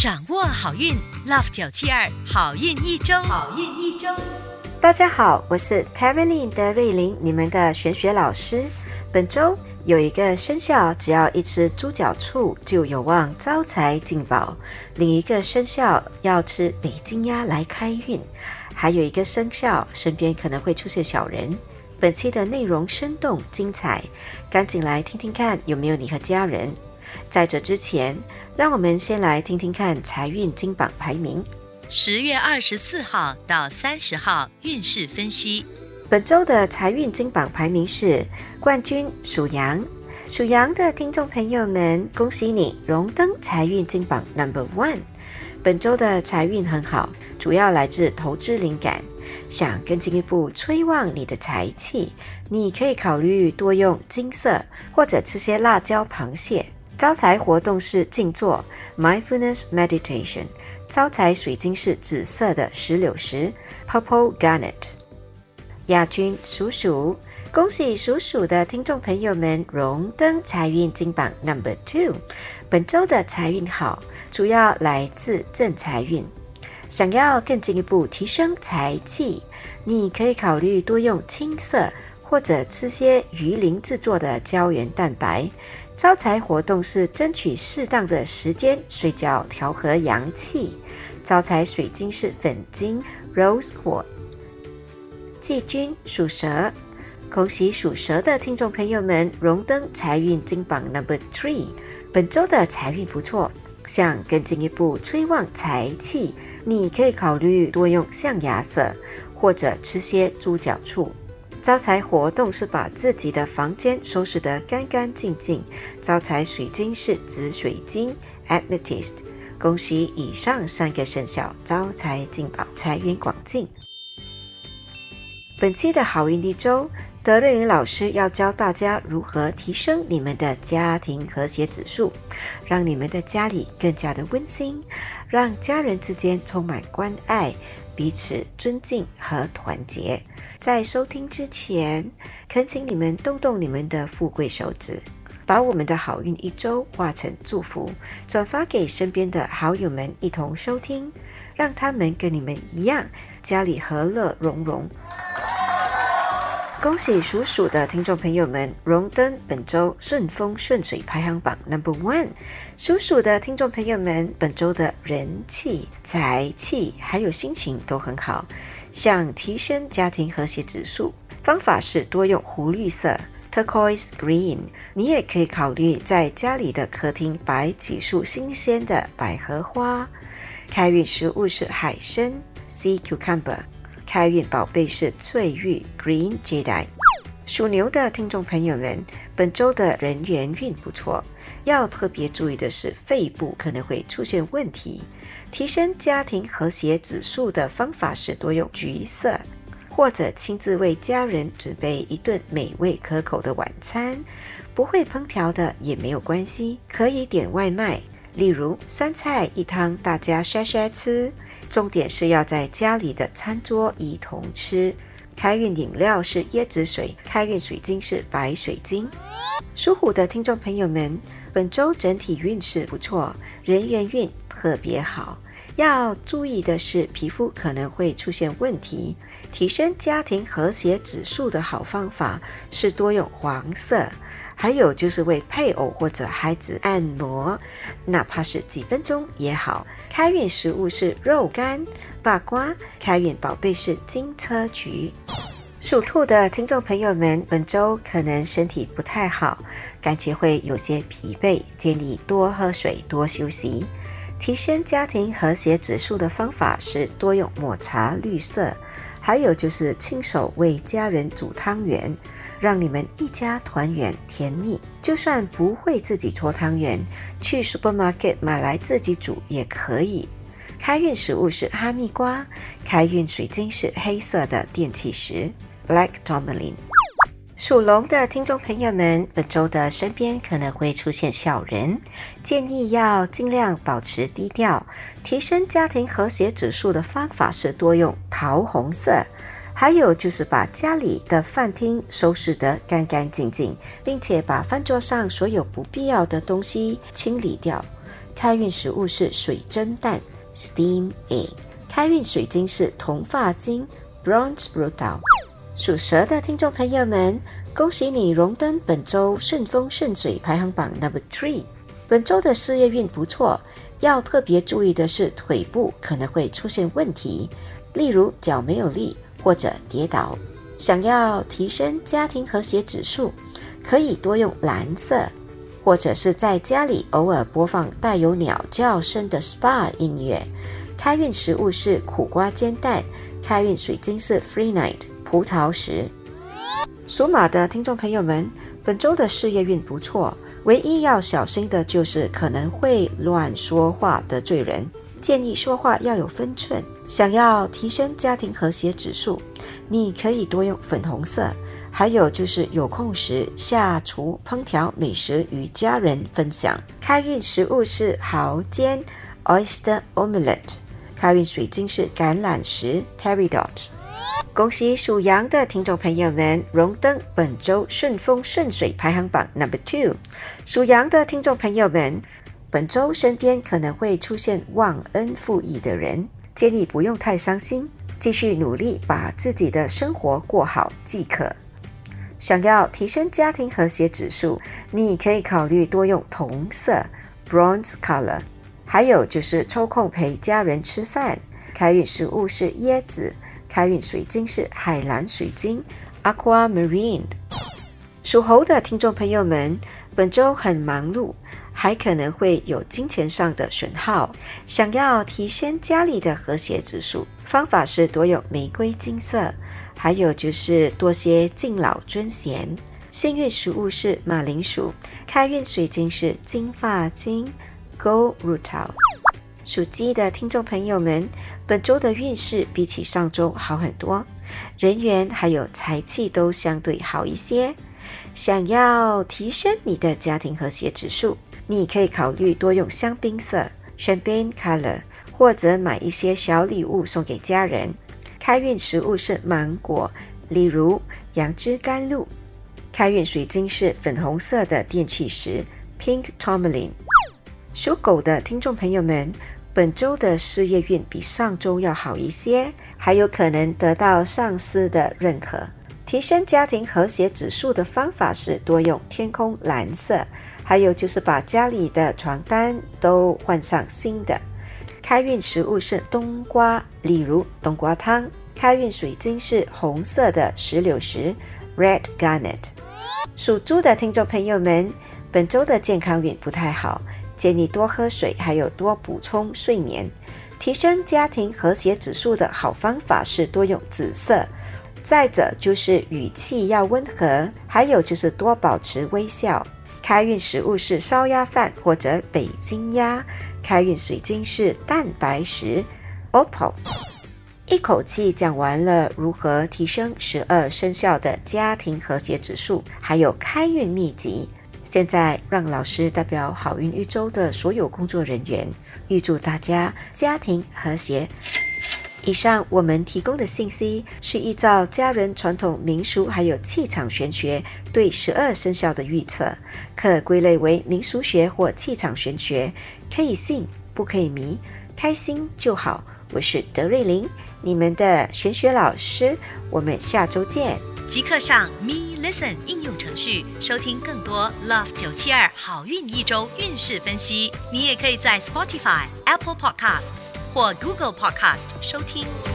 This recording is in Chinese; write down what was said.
掌握好运 ，Love 972好运一周，好运一周。 大家好，我是 Terry 的瑞琳，你们的玄学老师。本周有一个生肖，只要一吃猪脚醋就有望招财进宝；另一个生肖要吃北京鸭来开运；还有一个生肖身边可能会出现小人。本期的内容生动精彩，赶紧来听听看有没有你和家人。在这之前，让我们先来听听看财运金榜排名。 10月24号到30号运势分析。 本周的财运金榜排名是冠军属羊。属羊的听众朋友们，恭喜你荣登财运金榜 No.1。 本周的财运很好，主要来自投资灵感。想更进一步催旺你的财气，你可以考虑多用金色或者吃些辣椒螃蟹。招财活动是静坐 Mindfulness Meditation。 招财水晶是紫色的石榴石 Purple Garnet。 亚军属鼠。恭喜属鼠的听众朋友们荣登财运金榜 No.2。 本周的财运好，主要来自正财运。想要更进一步提升财气，你可以考虑多用青色或者吃些鱼鳞制作的胶原蛋白。招财活动是争取适当的时间睡觉，调和阳气。招财水晶是粉晶 Rose Quartz。 季军属蛇。恭喜属蛇的听众朋友们荣登财运金榜 No.3。 本周的财运不错，想更进一步催旺财气，你可以考虑多用象牙色或者吃些猪脚醋。招财活动是把自己的房间收拾得干干净净。招财水晶是紫水晶 Amethyst。 恭喜以上3个生肖招财进宝，财源广进。本期的好运一周，德瑞琳老师要教大家如何提升你们的家庭和谐指数，让你们的家里更加的温馨，让家人之间充满关爱，彼此尊敬和团结。在收听之前，恳请你们动动你们的富贵手指，把我们的好运一周化成祝福，转发给身边的好友们一同收听，让他们跟你们一样，家里和乐融融。恭喜属鼠的听众朋友们荣登本周顺风顺水排行榜 No.1。 属鼠的听众朋友们，本周的人气、财气还有心情都很好。想提升家庭和谐指数，方法是多用湖绿色 Turquoise Green。 你也可以考虑在家里的客厅摆几束新鲜的百合花。开运食物是海参 Sea Cucumber。开运宝贝是翠玉 Green Jade。 属牛的听众朋友们，本周的人缘运不错，要特别注意的是肺部可能会出现问题。提升家庭和谐指数的方法是多用橘色，或者亲自为家人准备一顿美味可口的晚餐。不会烹调的也没有关系，可以点外卖，例如3菜1汤，大家 share 吃。重点是要在家里的餐桌一同吃。开运饮料是椰子水，开运水晶是白水晶。属虎的听众朋友们，本周整体运势不错，人缘运特别好。要注意的是皮肤可能会出现问题。提升家庭和谐指数的好方法是多用黄色，还有就是为配偶或者孩子按摩，哪怕是几分钟也好。开运食物是肉干、八瓜。开运宝贝是金车菊。属兔的听众朋友们，本周可能身体不太好，感觉会有些疲惫，建议多喝水，多休息。提升家庭和谐指数的方法是多用抹茶绿色，还有就是亲手为家人煮汤圆，让你们一家团圆甜蜜。就算不会自己搓汤圆，去 supermarket 买来自己煮也可以。开运食物是哈密瓜。开运水晶是黑色的电气石 Black Tourmaline。 属龙的听众朋友们，本周的身边可能会出现小人，建议要尽量保持低调。提升家庭和谐指数的方法是多用桃红色，还有就是把家里的饭厅收拾得干干净净，并且把饭桌上所有不必要的东西清理掉。 开运食物是水蒸蛋 Steam Egg。开运水晶是铜发晶 Bronze Rutil。 属蛇的听众朋友们，恭喜你荣登本周顺风顺水排行榜 No.3。 本周的事业运不错，要特别注意的是腿部可能会出现问题，例如脚没有力或者跌倒。想要提升家庭和谐指数，可以多用蓝色，或者是在家里偶尔播放带有鸟叫声的 SPA 音乐。开运食物是苦瓜煎蛋，开运水晶是 Freenite 葡萄石。属马的听众朋友们，本周的事业运不错，唯一要小心的就是可能会乱说话得罪人，建议说话要有分寸。想要提升家庭和谐指数，你可以多用粉红色，还有就是有空时下厨烹调美食与家人分享。开运食物是蚝煎 Oyster Omelette， 开运水晶是橄榄石 Peridot。 恭喜属羊的听众朋友们荣登本周顺风顺水排行榜 No.2。 属羊的听众朋友们，本周身边可能会出现忘恩负义的人，建议不用太伤心，继续努力把自己的生活过好即可。想要提升家庭和谐指数，你可以考虑多用同色 Bronze Color。 还有就是抽空陪家人吃饭。开运食物是椰子，开运水晶是海蓝水晶 Aquamarine。 属猴的听众朋友们，本周很忙碌，还可能会有金钱上的损耗。想要提升家里的和谐指数，方法是多用玫瑰金色，还有就是多些敬老尊贤。幸运食物是马铃薯，开运水晶是金发晶 Gold Rutil。 属鸡的听众朋友们，本周的运势比起上周好很多，人缘还有财气都相对好一些。想要提升你的家庭和谐指数，你可以考虑多用香槟色 Champagne Color， 或者买一些小礼物送给家人。开运食物是芒果，例如杨枝甘露。开运水晶是粉红色的电气石 Pink Tourmaline。 属狗的听众朋友们，本周的事业运比上周要好一些，还有可能得到上司的认可。提升家庭和谐指数的方法是多用天空蓝色，还有就是把家里的床单都换上新的。开运食物是冬瓜，例如冬瓜汤。开运水晶是红色的石榴石 Red Garnet。 属猪的听众朋友们，本周的健康运不太好，建议多喝水，还有多补充睡眠。提升家庭和谐指数的好方法是多用紫色，再者就是语气要温和，还有就是多保持微笑。开运食物是烧鸭饭或者北京鸭。开运水晶是蛋白石 Opal。 一口气讲完了如何提升12生肖的家庭和谐指数，还有开运秘籍。现在让老师代表好运一周的所有工作人员，预祝大家家庭和谐。以上我们提供的信息是依照家人传统民俗还有气场玄学对12生肖的预测，可归类为民俗学或气场玄学，可以信不可以迷，开心就好。我是德瑞琳，你们的玄学老师，我们下周见。 即刻上 Me Listen 应用程序收听更多 Love 972好运一周运势分析。你也可以在 Spotify、Apple Podcasts 或 Google Podcast 收听。